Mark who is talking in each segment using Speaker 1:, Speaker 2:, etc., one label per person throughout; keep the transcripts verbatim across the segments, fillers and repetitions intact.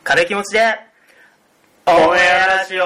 Speaker 1: 軽い気持ちでオンエアラジオ。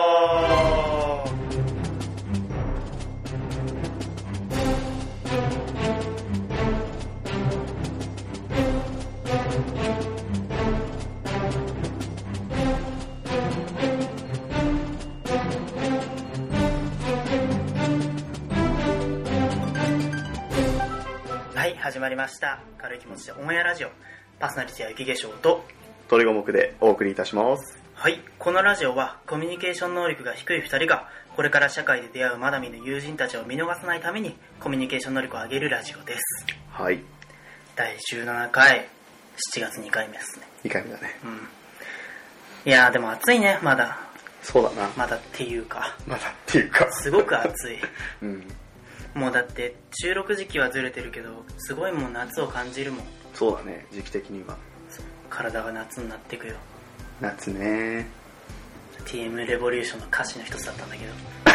Speaker 1: はい、始まりました。軽い気持ちでオンエアラジオ。パーソナリティは雪化粧と
Speaker 2: 鳥五目でお送りいたします。
Speaker 1: はい、このラジオはコミュニケーション能力が低いふたりがこれから社会で出会うまだ見ぬ友人たちを見逃さないためにコミュニケーション能力を上げるラジオです。
Speaker 2: はい。
Speaker 1: だいじゅうななかい、しちがつにかいめですね。
Speaker 2: にかいめだね。
Speaker 1: うん。いやーでも暑いね、まだ。
Speaker 2: そうだな。
Speaker 1: まだっていうか。
Speaker 2: まだっていうか。
Speaker 1: すごく暑い。
Speaker 2: うん。
Speaker 1: もうだって収録時期はずれてるけど、すごいもう夏を感じるもん。
Speaker 2: そうだね、時期的には。
Speaker 1: 体が夏になっていくよ。夏
Speaker 2: ね。
Speaker 1: ティーエム レボリューションの歌詞の一つだったんだけど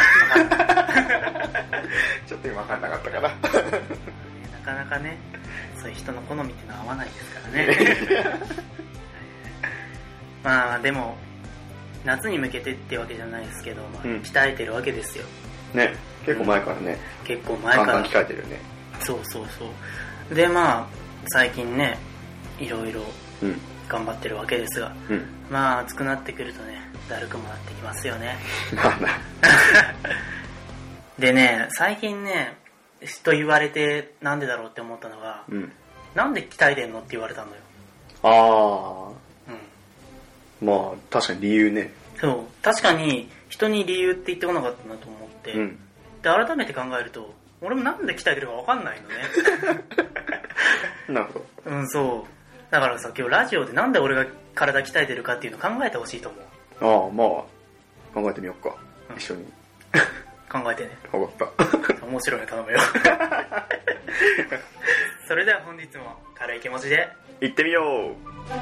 Speaker 2: ちょっと今分かんなかったかなな
Speaker 1: かなかね、そういう人の好みってのは合わないですからねまあでも夏に向けてってわけじゃないですけど、まあ、鍛えてるわけですよ、
Speaker 2: うん、ね、結構前からね、
Speaker 1: うん、結構前から
Speaker 2: ガンガン鍛えてるね。
Speaker 1: そうそうそうで、まあ最近ねいろいろ頑張ってるわけですが、うん、まあ暑くなってくるとねだるくもなってきますよねでね、最近ねと言われてなんでだろうって思ったのが、うん、なんで鍛えてんのって言われたのよ。
Speaker 2: ああ、うん、まあ確かに理由ね。
Speaker 1: そう確かに人に理由って言ってこなかったなと思って、うん、で改めて考えると俺もなんで鍛えてるか分かんないのね
Speaker 2: なるほど。
Speaker 1: うん、そうだからさ、今日ラジオでなんで俺が体鍛えてるかっていうのを考えてほしいと思う。
Speaker 2: ああ、まあ考えてみようか、うん、一緒に
Speaker 1: 考えてね。
Speaker 2: 分かった
Speaker 1: 面白いね、頼むよそれでは本日も軽い気持ちで
Speaker 2: 行ってみよう。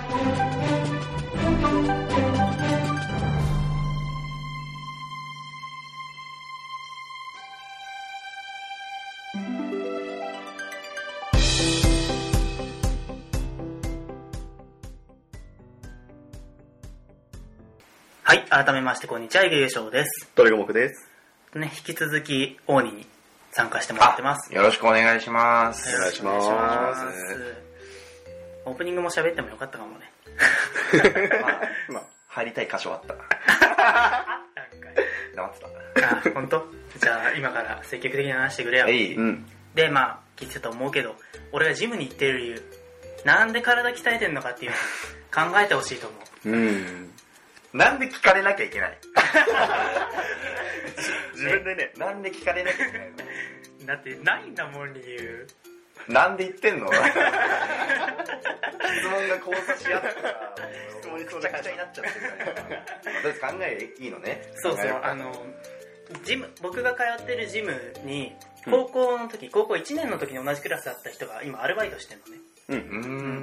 Speaker 1: はい、改めましてこんにちは、雪化粧です。
Speaker 2: 鳥五目です。
Speaker 1: ね、引き続きオーニに参加してもらってます。
Speaker 3: よろしくお願いします。
Speaker 2: お願いします。
Speaker 1: オープニングも喋ってもよかったかもね。
Speaker 3: まあ、まあ、入りたい箇所あった。
Speaker 1: あったんかい。
Speaker 3: 黙って
Speaker 1: た。あ、本当？じゃあ今から積極的に話してくれよ。
Speaker 3: えい。うん。
Speaker 1: で、まあ聞いてたと思うけど、俺がジムに行ってる理由、なんで体鍛えてんのかっていうのを考えてほしいと思う。
Speaker 2: うん。
Speaker 3: なんで聞かれなきゃいけない
Speaker 2: 自分でね、
Speaker 3: なんで聞かれなきゃいけない
Speaker 1: のだってないんだもん理由。
Speaker 3: なんで言ってんの質問が交差し合ったら質問にくちゃくちゃになっちゃってるからとりあえず考えいいのね。
Speaker 1: そうそう、あのジム、僕が通ってるジムに高校の時、うん、高校いちねんの時に同じクラスだった人が今アルバイトしてるのね。うん、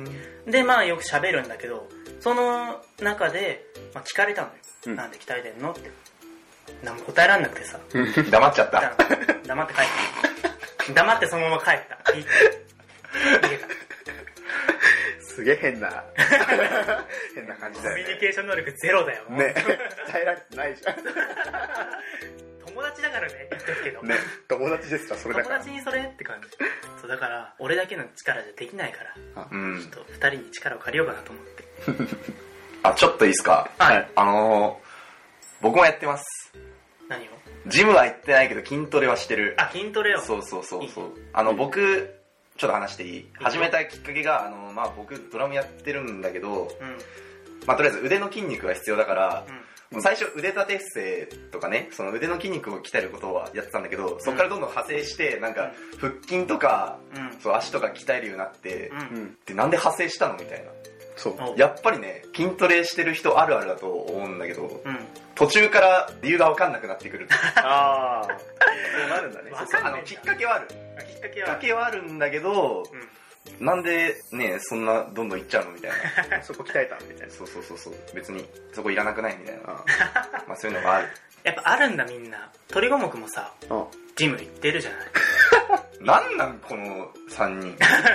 Speaker 1: うん、でまあよく喋るんだけど、その中で、まあ、聞かれたのよ、うん、なんで鍛えてんのって何も答えらんなくてさ
Speaker 3: 黙っちゃった
Speaker 1: 黙って帰った黙ってそのまま帰った逃げた
Speaker 2: すげえ変な変な感じだよね。
Speaker 1: コミュニケーション能力ゼロだよ
Speaker 2: ね。鍛えられてないじゃん
Speaker 1: 友達だからね言っとくけど
Speaker 2: ね、友達ですかそれだから。
Speaker 1: 友達にそれって感じ。そうだから俺だけの力じゃできないから、うん、ちょっとふたりに力を借りようかなと思って
Speaker 3: あ、ちょっといいですか。
Speaker 1: はい。
Speaker 3: あのー、僕もやってます。
Speaker 1: 何を？
Speaker 3: ジムは行ってないけど筋トレはしてる。
Speaker 1: あ、筋トレを。
Speaker 3: そうそうそうそう。あの、僕、ちょっと話していい？始めたきっかけが、あの、まあ僕ドラムやってるんだけど、うん、まあとりあえず腕の筋肉が必要だから、うん、もう最初腕立て伏せとかね、その腕の筋肉を鍛えることはやってたんだけど、そこからどんどん派生して、なんか腹筋とか、うん、そう足とか鍛えるようになって、うん、でなんで派生したのみたいな。そう。やっぱりね、筋トレしてる人あるあるだと思うんだけど、うん、途中から理由が分かんなくなってくる。
Speaker 2: ああ、そうなるんだね。
Speaker 3: そうそう、あのきっかけはある。
Speaker 1: きっかけはある。
Speaker 3: きっかけはあるんだけど、うん、なんでね、そんなどんどんいっちゃうのみたいな。
Speaker 2: そこ鍛えたみたいな。
Speaker 3: そうそうそうそう。別にそこいらなくないみたいな。まあそういうのがある。
Speaker 1: やっぱあるんだみんな。鳥五目もさ、ジム行ってるじゃない。
Speaker 3: なんなんこのさんにん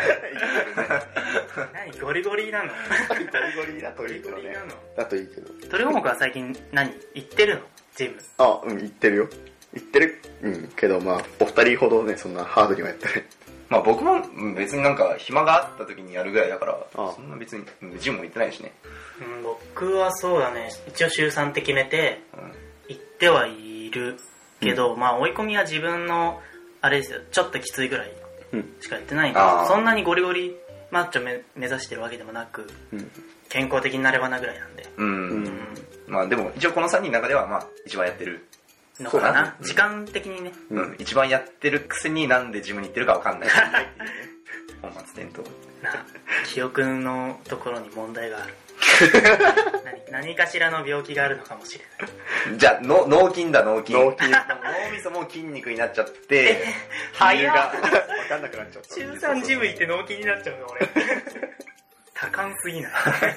Speaker 1: 何ゴリゴリなの
Speaker 2: ゴリゴリだといいけどね。だといいけど。
Speaker 1: 鳥五目は最近何行ってるのジム？
Speaker 2: あ、うん、行ってるよ。行ってる。うん、けどまあ、お二人ほどね、そんなハードにはやってない。
Speaker 3: まあ僕も別になんか暇があった時にやるぐらいだから、ああそんな別にジムも行ってないしね。
Speaker 1: うん、僕はそうだね、一応週さんって決めて、行ってはいるけど、うん、まあ追い込みは自分の、あれですよ、ちょっときついぐらいしかやってないんで、うん、そんなにゴリゴリマッチョ目目指してるわけでもなく、うん、健康的になればなぐらいなんで。うん。うん、
Speaker 3: まあでも一応このさんにんの中ではまあ一番やってる。
Speaker 1: のかな、時間的にね、
Speaker 3: うん、一番やってるくせになんでジムに行ってるかわかんない本末転倒
Speaker 1: な。記憶のところに問題がある何, 何かしらの病気があるのかもしれ
Speaker 3: ない。じゃあの脳筋だ脳筋脳筋脳みそも筋肉になっちゃって
Speaker 1: 早っ
Speaker 2: が分かんなくなっちゃった。
Speaker 1: 中さんジム行って脳筋になっちゃうの俺多感すぎない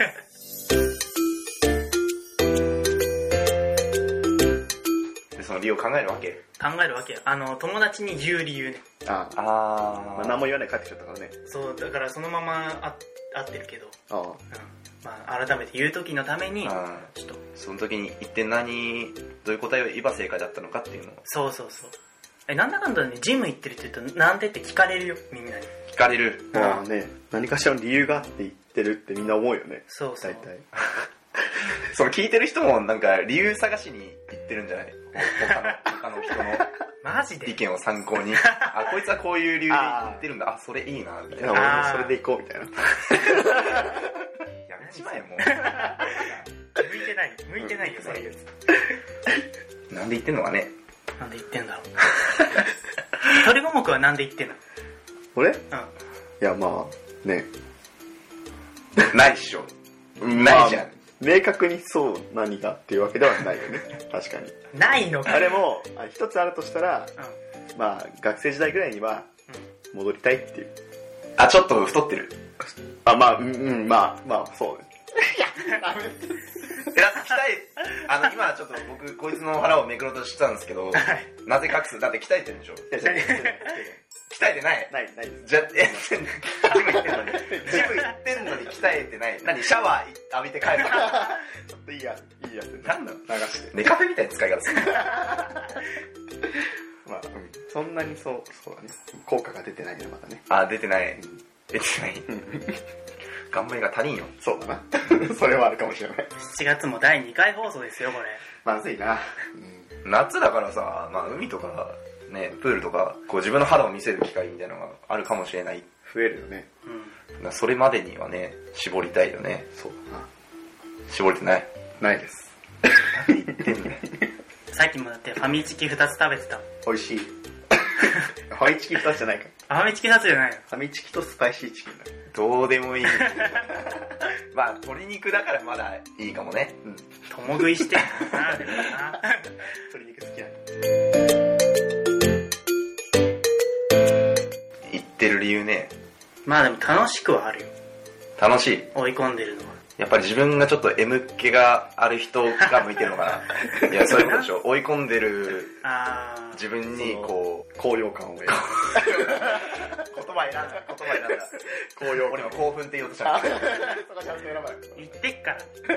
Speaker 3: その理由を考えるわけ
Speaker 1: 考えるわけよ。あの友達に言う理由ね。
Speaker 2: ああ、まあ、何も言わない帰ってきちゃったからね。
Speaker 1: そうだからそのままあ合ってるけど、あ、うん、まあ改めて言う時のためにちょっと
Speaker 3: その時に一体何どういう答えを言えば正解だったのかっていうのを。
Speaker 1: そうそうそう。えなんだかんだね、ジム行ってるって言うとなんでって聞かれるよ、みんなに。
Speaker 3: 聞かれる。
Speaker 2: まあね、何かしらの理由があって言ってるってみんな思うよね。
Speaker 1: そうそう。
Speaker 2: 大体
Speaker 3: その聞いてる人もなんか理由探しに行ってるんじゃない？他の他の人の
Speaker 1: マジで
Speaker 3: 意見を参考にあこいつはこういう理由で言ってるんだ、あそれいいなみたいな、
Speaker 2: 俺もそれで行こうみたいな
Speaker 3: やめちまえもう
Speaker 1: 向いてない向いてないよそういうや
Speaker 3: つ。なんで言ってんのかね。
Speaker 1: なんで言ってんだろう鳥五目はなんで言ってんの？
Speaker 2: 俺？うん。いやまあね
Speaker 3: ないっしょ。ないじゃん、まあ
Speaker 2: 明確にそう何がっていうわけではないよね。確かに
Speaker 1: ないのか。
Speaker 2: あれも一つあるとしたら、うん、まあ学生時代ぐらいには戻りたいっていう、
Speaker 3: うん、あちょっと太ってる。
Speaker 2: あまあうんうんまあまあそうね
Speaker 3: いやダメえだって鍛えあの今ちょっと僕こいつの腹をめくろうとしてたんですけどなぜ隠すだって鍛えてるんでしょ。鍛えてない
Speaker 2: ないないです。
Speaker 3: じゃえジム行ってんのにジム行ってんのに鍛えてない。何シャワー浴びて帰る
Speaker 2: ちょっといいやいいやつ
Speaker 3: なんだ
Speaker 2: 流して
Speaker 3: 寝カフェみたいな使い方する
Speaker 2: まあ、うん、そんなにそうそうだね効果が出てないねまだね。
Speaker 3: あ出てない、うん、出てない頑張りが足りんよ。
Speaker 2: そうだなそれはあるかもしれない。
Speaker 1: しちがつもだいにかい放送ですよこれ。
Speaker 2: まずいな、
Speaker 3: うん、夏だからさ、まあ海とかね、プールとかこう自分の肌を見せる機会みたいなのがあるかもしれない。
Speaker 2: 増えるよね、
Speaker 3: うん、それまでにはね絞りたいよね。
Speaker 2: そうだな。
Speaker 3: 絞れてない
Speaker 2: ないです。
Speaker 3: 何言ってんねん
Speaker 1: さっきもだってファミチキふたつ食べてた。
Speaker 2: 美味しいファミチキふたつじゃないか。
Speaker 1: ファミチキふたつじゃないの。
Speaker 2: ファミチキとスパイシーチキンだ。
Speaker 3: どうでもいいまあ鶏肉だからまだいいかもね。
Speaker 1: うん。共食いしてんのなでもな
Speaker 2: 鶏肉好きなんだ。
Speaker 3: 言ってる理由ね。
Speaker 1: まあでも楽しくはあるよ。
Speaker 3: 楽しい。
Speaker 1: 追い込んでるのは。
Speaker 3: やっぱり自分がちょっと M 気がある人が向いてるのかな。いやそういうことでしょ。追い込んでる自分にこう
Speaker 2: 高揚感を得る。
Speaker 3: 言葉選んだ。言葉選んだ。高揚。俺も興奮って言おうとした。
Speaker 2: そこちゃんと選ばない。
Speaker 1: 言ってっから。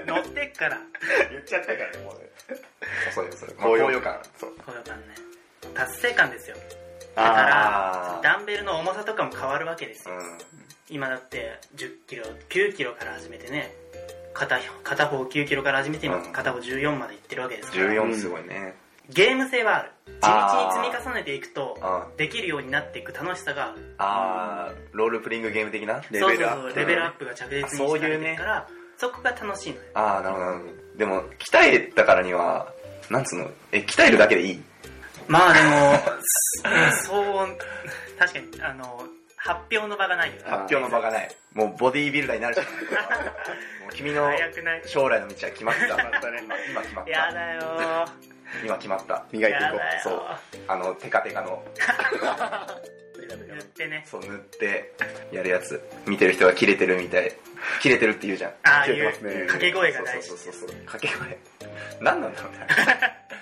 Speaker 1: 乗ってっから。
Speaker 2: 言っちゃったからねもうね。
Speaker 3: そうよそれ。高揚感。
Speaker 1: そう。高揚感ね。達成感ですよ。だからダンベルの重さとかも変わるわけですよ。うん、今だってじゅっキロ、きゅうキロから始めてね。片, 片方きゅうキロから始めて今、うん、片方じゅうよんまでいってるわけですから。
Speaker 3: じゅうよんすごいね。
Speaker 1: ゲーム性はある。地道に積み重ねていくとできるようになっていく楽しさがある。
Speaker 3: あー、ロールプレイングゲーム的な
Speaker 1: レベルアップ。そうそうそう、レベルアップが着実にしているから、そこが楽しいのよ。
Speaker 3: あー、なるほどなるほど。でも鍛えたからにはなんつうの、え鍛えるだけでいい？
Speaker 1: まあでもそう確かにあの発表の場がないよね。
Speaker 3: 発表の場がない。もうボディービルダーになるしかない。もう君の将来の道は決まった。今決まった。
Speaker 1: やだよ
Speaker 3: 今決まった。
Speaker 2: 磨いていこう。
Speaker 3: そう。あのテカテカの
Speaker 1: 塗ってね。
Speaker 3: そう塗ってやるやつ。見てる人がキレてるみたい。キレてるって言うじゃん。
Speaker 1: ああいう掛け声が大事。
Speaker 3: そうそうそうそう。掛け声。何なんだろうね。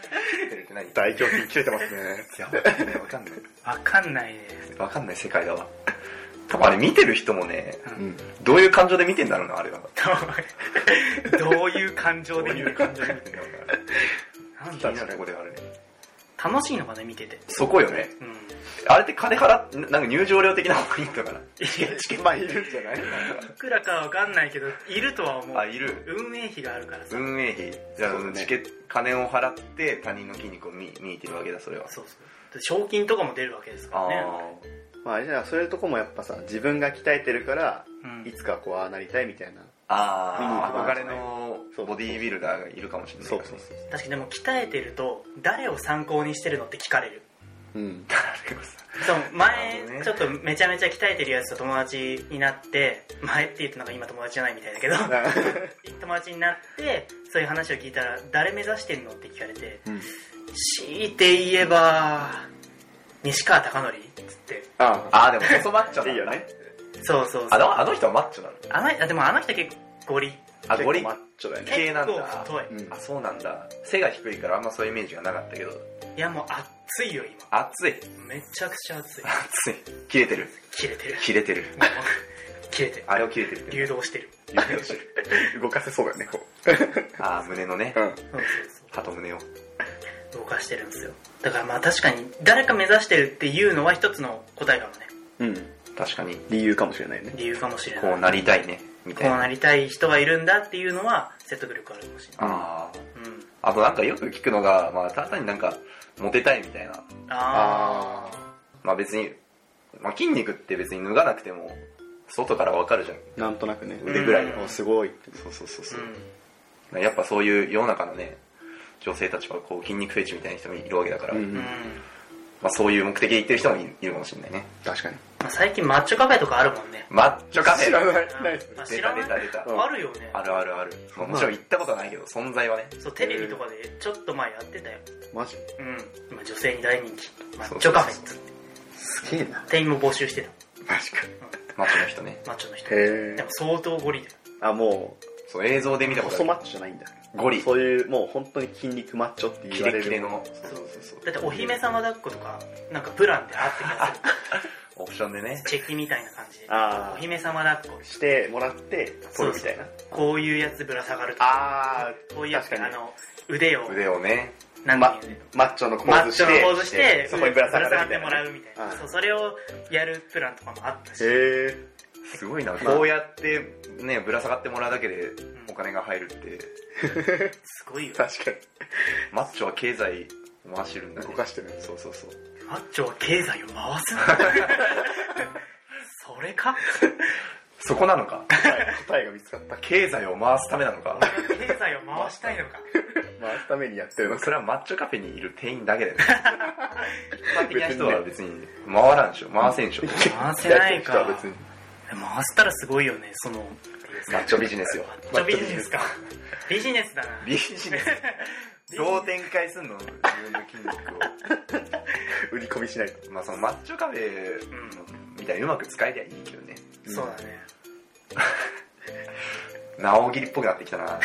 Speaker 3: 切れてるって何？
Speaker 2: 大胸筋切れてますね。
Speaker 3: いや、わかんない、わかんない。
Speaker 1: わかんないね。
Speaker 3: わかんない世界だわ。多分あれ見てる人もね、
Speaker 1: うん、
Speaker 3: どういう感情で見てんだろうな、あれは。
Speaker 1: どういう感情で見て
Speaker 3: る感情で見てんだろうな。なんだろうね、これあれね。
Speaker 1: 楽しいのかね、見てて。
Speaker 3: そこよね。うん。あれって金払って、なんか入場料的な方がいいのかな。いや、チケまあいるんじゃない？い
Speaker 1: くらかわかんないけど、いるとは思う。
Speaker 3: あ、いる。
Speaker 1: 運営費があるからさ。
Speaker 3: 運営費。じゃあ、ね、チケ金を払って他人の筋肉を見見てるわけだ、それは。
Speaker 1: そうそう。賞金とかも出るわけですからね。あ
Speaker 2: まああれじゃあ、そういうとこもやっぱさ、自分が鍛えてるから、うん、いつかこうああなりたいみたいな。
Speaker 3: ああ、憧れのボディービルダーがいるかもしれない、ね。そうそうそう。
Speaker 1: 確かにでも鍛えてると、誰を参考にしてるのって聞かれる。うん。そう前、ね、ちょっとめちゃめちゃ鍛えてるやつと友達になって前って言うとなんか今友達じゃないみたいだけど友達になってそういう話を聞いたら誰目指してんのって聞かれて、うん、強いて言えば西川貴教っつって
Speaker 3: ああでも細マッチョなんだいいよね
Speaker 1: そうそうそう
Speaker 3: あのあの人はマッチョなの
Speaker 1: あのでもあの人結構ゴリ
Speaker 3: あゴリ
Speaker 2: マッチョだよね
Speaker 3: 系なんだ
Speaker 1: 結構太い、
Speaker 3: うん、あそうなんだ背が低いからあんまそういうイメージがなかったけど
Speaker 1: いやもう熱いよ
Speaker 3: 今熱い
Speaker 1: めちゃくちゃ熱い
Speaker 3: 熱い切れてる
Speaker 1: 切れてる
Speaker 3: 切れてる
Speaker 1: 切れてる
Speaker 3: あれを切れてる
Speaker 1: 流動してる
Speaker 2: 流動してる動かせそうだよねこ
Speaker 3: うああ胸のね、うん、そうそうそう鳩胸を
Speaker 1: 動かしてるんですよだからまあ確かに誰か目指してるっていうのは一つの答えかもね
Speaker 3: うん確かに
Speaker 2: 理由かもしれないね
Speaker 1: 理由かもしれない
Speaker 3: こうなりたいねみたいな
Speaker 1: こうなりたい人がいるんだっていうのは説得力あるかもしれない
Speaker 3: ああ、うん、あとなんかよく聞くのがまあただ単になんかモテたいみたいなああまあ別に、まあ、筋肉って別に脱がなくても外からわかるじゃん
Speaker 2: なんとなくね
Speaker 3: 腕ぐらいの、
Speaker 2: うん、すごいって
Speaker 3: そうそうそうそう、うん、やっぱそういう世の中のね女性たちはこう筋肉フェチみたいな人もいるわけだから、うんうんまあ、そういう目的で言ってる人もいるかもしれないね
Speaker 2: 確かに、
Speaker 1: まあ、最近マッチョカフェとかあるもんね
Speaker 3: マッチョカフェ
Speaker 2: 知らない
Speaker 3: 出た出た出た、
Speaker 1: うん、あるよね
Speaker 3: あるあるある、まあ、もちろん行ったことはないけど存在はね
Speaker 1: そうテレビとかでちょっと前やってたよ
Speaker 2: マジ
Speaker 1: うん今女性に大人気マッチョカフェっつって
Speaker 2: すげえな
Speaker 1: 店員も募集してた
Speaker 2: マジか、
Speaker 3: うん、マッチョの人ね
Speaker 1: マッチョの人へでも相当ゴリで
Speaker 2: あもう
Speaker 3: そう映像で見たことある
Speaker 2: 細マッチョじゃないんだ
Speaker 3: ゴリ
Speaker 2: そういうもう本当に筋肉マッチョって言われる
Speaker 3: キレキレの
Speaker 1: そうそうそうだってお姫様抱っことかなんかプランであって気がする
Speaker 3: オプションでね
Speaker 1: チェキみたいな感じで
Speaker 2: あ
Speaker 1: お姫様抱っこ
Speaker 2: してもらって取るみたいな
Speaker 1: こういうやつぶら下がるとか
Speaker 2: あ
Speaker 1: あこういうやつあの腕を
Speaker 3: 腕をね
Speaker 1: なん
Speaker 2: ま、マッチョのポーズして
Speaker 1: マッチョのポーズして
Speaker 2: そこにぶら下
Speaker 1: がってもらうみたいなそうそれをやるプランとかもあったし
Speaker 2: へー
Speaker 3: すごいな、こうやってねぶら下がってもらうだけでお金が入るって、
Speaker 1: うん、すごいよ
Speaker 2: 確かに
Speaker 3: マッチョは経済を回してるんだね
Speaker 2: 動かしてる
Speaker 3: そうそうそう
Speaker 1: マッチョは経済を回すそれか
Speaker 3: そこなのか
Speaker 2: 答えが見つかった
Speaker 3: 経済を回すためなのか
Speaker 1: 経済を回したいのか
Speaker 2: 回すためにやってるのか
Speaker 3: それはマッチョカフェにいる店員だけだよね一般的な人は別に回らんでしょ回せんでしょ
Speaker 1: 回せないか別に回したらすごいよねその
Speaker 3: マッチョビジネスよ
Speaker 1: マッチョビジネスかビジネスだな
Speaker 3: ビジネスどう展開すんの自分の筋肉を
Speaker 2: 売り込みしないと
Speaker 3: まあそのマッチョカフェみたいにうまく使えりゃいいけどね、
Speaker 1: うん、そうだね
Speaker 3: なおぎりっぽくなってきたな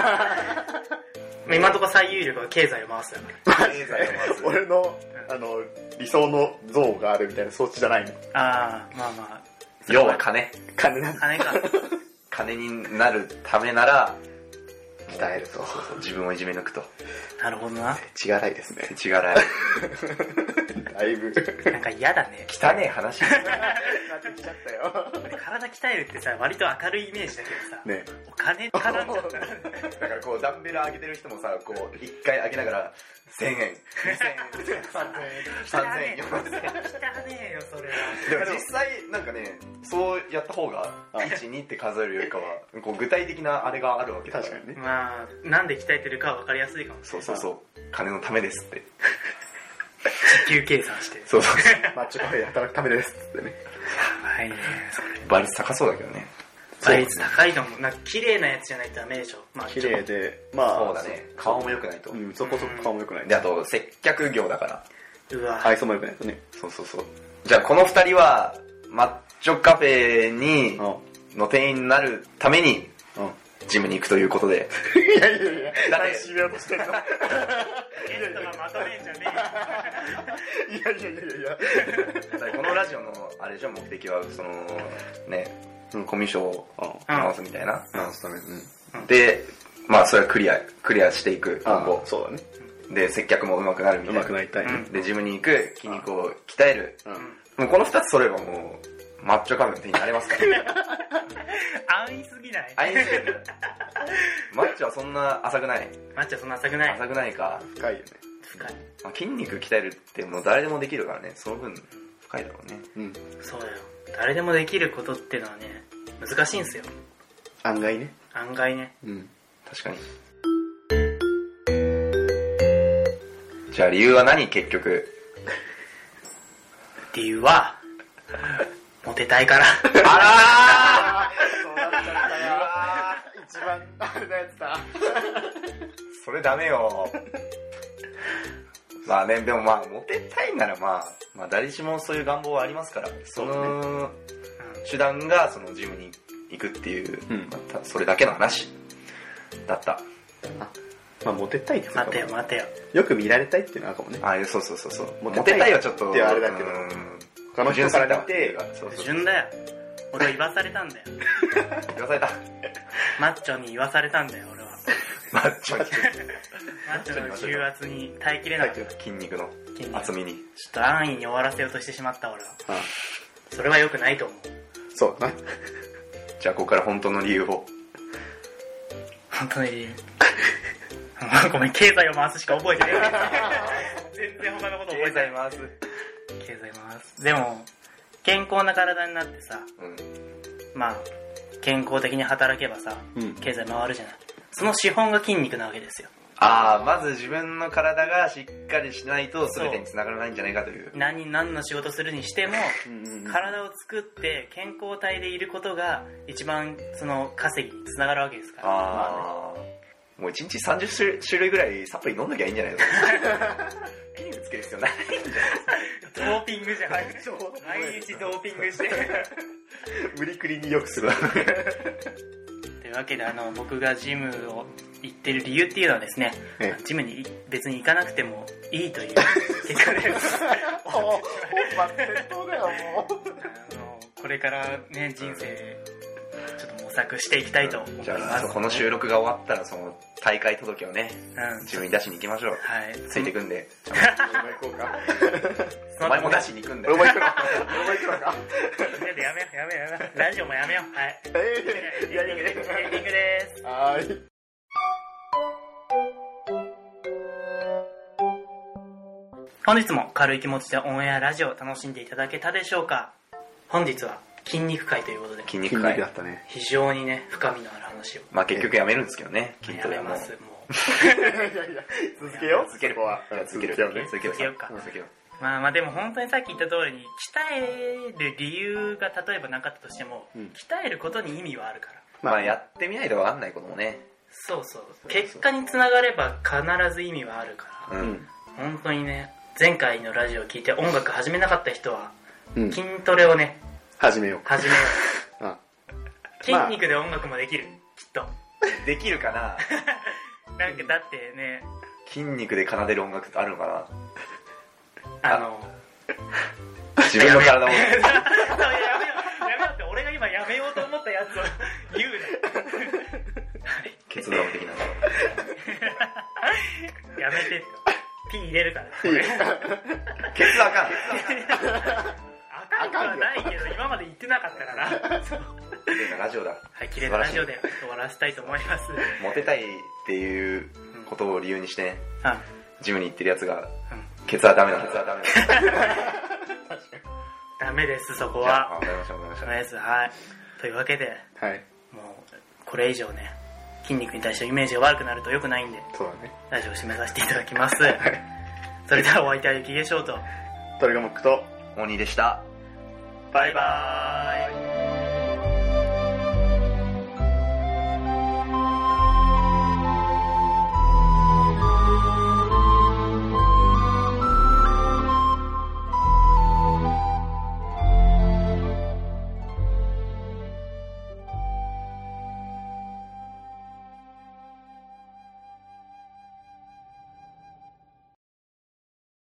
Speaker 1: 今のところ最有力は経済を回すよね
Speaker 3: 経済を回す
Speaker 2: 俺のあの理想の像があるみたいな装置じゃないの
Speaker 1: ああまあまあ
Speaker 3: 要は金
Speaker 2: 金な
Speaker 1: 金か
Speaker 3: 金になるためなら
Speaker 2: 鍛えると
Speaker 3: そうそう自分をいじめ抜くと
Speaker 1: なるほどな
Speaker 2: 手違いですね
Speaker 3: 手違いだ
Speaker 2: いぶ
Speaker 1: なんか嫌だね
Speaker 3: 汚ねえ話になって
Speaker 2: きちゃったよ
Speaker 1: 体鍛えるってさ割と明るいイメージだけどさ、
Speaker 2: ね、
Speaker 1: お金からんだったら
Speaker 3: だからこうダンベル上げてる人もさこう一回上げながらせんえんにせんえんさんぜんえんよんせんえん
Speaker 1: 汚ねえよそれ
Speaker 3: はでも実際なんかねそうやった方がいち、にって数えるよりかはこう具体的なあれがあるわけだから
Speaker 2: 確かにね
Speaker 1: まあなんで鍛えてるかは分かりやすいかも
Speaker 3: そうそうそう金のためですって
Speaker 1: 時給計算して
Speaker 3: そうそう
Speaker 2: マッチョカフェで働くためですってね
Speaker 1: やばいねそれ
Speaker 3: 倍率高そうだけどね
Speaker 1: 倍率高いのもなんか綺麗なやつじゃないとダメでしょまあ
Speaker 2: 綺麗でまあ
Speaker 3: そうだね顔も良くないと、
Speaker 2: うん、そこそこ顔も良くない、うん、
Speaker 3: であと接客業だから
Speaker 1: うわ
Speaker 2: 愛想も良くないとね
Speaker 3: そうそうそうじゃあこの二人はマッチョカフェにの店員になるためにジムに行くということで。
Speaker 2: いやいやいや、誰締めようとしてんの。
Speaker 1: ゲストがまとめんじゃね
Speaker 2: えよ。いやいやいやいや。
Speaker 3: このラジオのあれじゃ目的はそのね、うん、コミュ障を直すみたいな。
Speaker 2: 直すために。
Speaker 3: で、まあそれはクリアクリアしていく今後。
Speaker 2: そうだね。
Speaker 3: で接客も上手くなるみたいな。
Speaker 2: 上手くなりたい、ね。
Speaker 3: でジムに行く、筋肉を鍛える。うん、もうこの二つそればもうマッチョ仮面手になれますから。
Speaker 1: 安易すぎない？
Speaker 3: 安易すぎる。マッチョはそんな浅くない。
Speaker 1: マッチョはそんな浅くない。
Speaker 3: 浅くないか。
Speaker 2: 深いよね。
Speaker 1: 深い。
Speaker 3: まあ、筋肉鍛えるってもう誰でもできるからね、その分深いだろうね。
Speaker 1: うん。そうだよ。誰でもできることっていうのはね、難しいんですよ。
Speaker 2: 案外ね。
Speaker 1: 案外ね。
Speaker 3: うん。確かに。じゃあ理由は何結局？
Speaker 1: 理由は、モテたいから。
Speaker 3: あら
Speaker 2: ーそうだったんだよ。一番あれなやつだ。
Speaker 3: それダメよ。まあね、でもまあ、モテたいならまあ、まあ誰しもそういう願望はありますから、その手段がそのジムに行くっていう、うん、まあ、それだけの話だった。
Speaker 2: まあ、モテたいって
Speaker 1: 待てよ待てよ。
Speaker 2: よく見られたいっていうのはあるかもね。
Speaker 3: ああ、そうそうそうそう。モテたいはちょっと。
Speaker 2: ってあれだけど。他の人から見て、
Speaker 1: 順だよ。俺は言わされたんだよ。
Speaker 3: 言わされた。
Speaker 1: マッチョに言わされたんだよ、俺は。
Speaker 3: マッチョに。
Speaker 1: マッチョの重圧に耐えきれなかった。
Speaker 3: 筋肉の厚みに。
Speaker 1: ちょっと安易に終わらせようとしてしまった、俺は。ああ、それは良くないと思う。
Speaker 2: そうだな。
Speaker 3: じゃあ、ここから本当の理由を。
Speaker 1: 本当の理由。ごめん、経済を回すしか覚えてない。全然他のこと覚えてない。
Speaker 3: 経済回す。
Speaker 1: 経済回す。でも、健康な体になってさ、うん、まあ、健康的に働けばさ、うん、経済回るじゃない。その資本が筋肉なわけですよ。
Speaker 3: ああ、まず自分の体がしっかりしないと全てに繋がらないんじゃないかという。
Speaker 1: 何、何の仕事するにしても、体を作って健康体でいることが一番その稼ぎに繋がるわけですから。あ
Speaker 3: あ、まあね、もういちにちさんじゅっ種類ぐらいサプリ飲んなきゃいいんじゃないの？筋肉つける必要ないんじゃないですか。
Speaker 1: ドーピングじゃない。毎日ドーピングして。
Speaker 2: 無理くりに良くする。
Speaker 1: というわけで、あの、僕がジムを行ってる理由っていうのはですね、ジムに別に行かなくてもいいという結果です。
Speaker 2: 本末転倒だよ、もう。
Speaker 1: あの、これからね、人生、ちょっと模索していきたいと思います。じゃあ、
Speaker 3: この収録が終わったら、その大会届をね、うん、自分に出しに行きましょう。はい。ついてくんで。お前行こうか。お前も出しに行くんだよ。
Speaker 2: お前行くのか。お前行くのか。
Speaker 1: やめよう、やめよう、やめよう。ラジオもやめよう。はい。
Speaker 2: えー、いやいやいや、エン
Speaker 1: ディングです。
Speaker 2: はーい。
Speaker 1: 本日も軽い気持ちでオンエアラジオを楽しんでいただけたでしょうか。本日は筋肉会ということで。
Speaker 3: 筋肉会
Speaker 2: だったね。
Speaker 1: 非常にね、深みのある話を。
Speaker 3: まあ結局やめるんですけどね、筋トレはもう。
Speaker 1: やめます、もう。
Speaker 2: いやいやいや、続けよう。
Speaker 3: 続ける。
Speaker 2: 続ける。
Speaker 3: 続けようか。
Speaker 1: 続けよう。まあまあでも本当にさっき言った通りに、鍛える理由が例えばなかったとしても、うん、鍛えることに意味はあるから。
Speaker 3: まあやってみないと分かんないこともね。
Speaker 1: そうそう。結果につながれば必ず意味はあるから。うん。本当にね、前回のラジオを聞いて音楽始めなかった人は、うん、筋トレをね、
Speaker 2: 始めよう。
Speaker 1: 始めよう。あ筋肉で音楽もできる、きっと。
Speaker 3: できるかな。
Speaker 1: なんかだってね、
Speaker 3: 筋肉で奏でる音楽ってあるのかな。
Speaker 1: あの
Speaker 3: 自分の体を。やめよう、
Speaker 1: やめようって、俺が今やめようと思ったやつを言うな。
Speaker 3: ケツドラム的な。
Speaker 1: やめてって。ピー入れるから。
Speaker 3: ケツあかん。
Speaker 1: あかんはないけど、今まで言ってなかったから。
Speaker 3: 綺麗なラジオだ。
Speaker 1: はい、綺麗なラジオで終わらせたいと思います。
Speaker 3: モテたいっていうことを理由にしてね、うん、ジムに行ってるやつが、うん、ケツはダメだ、ケツはダメだ。
Speaker 1: ダメです、そこは。
Speaker 3: わかりました、わかりました。
Speaker 1: ダメです、はい。というわけで、
Speaker 2: はい、
Speaker 1: もう、これ以上ね、筋肉に対してイメージが悪くなると良くないんで、
Speaker 2: そうだね。
Speaker 1: ラジオを締めさせていただきます。それではお相手は雪化粧と、
Speaker 2: トリガモックと、
Speaker 3: モニーでした。
Speaker 1: バイバーイ。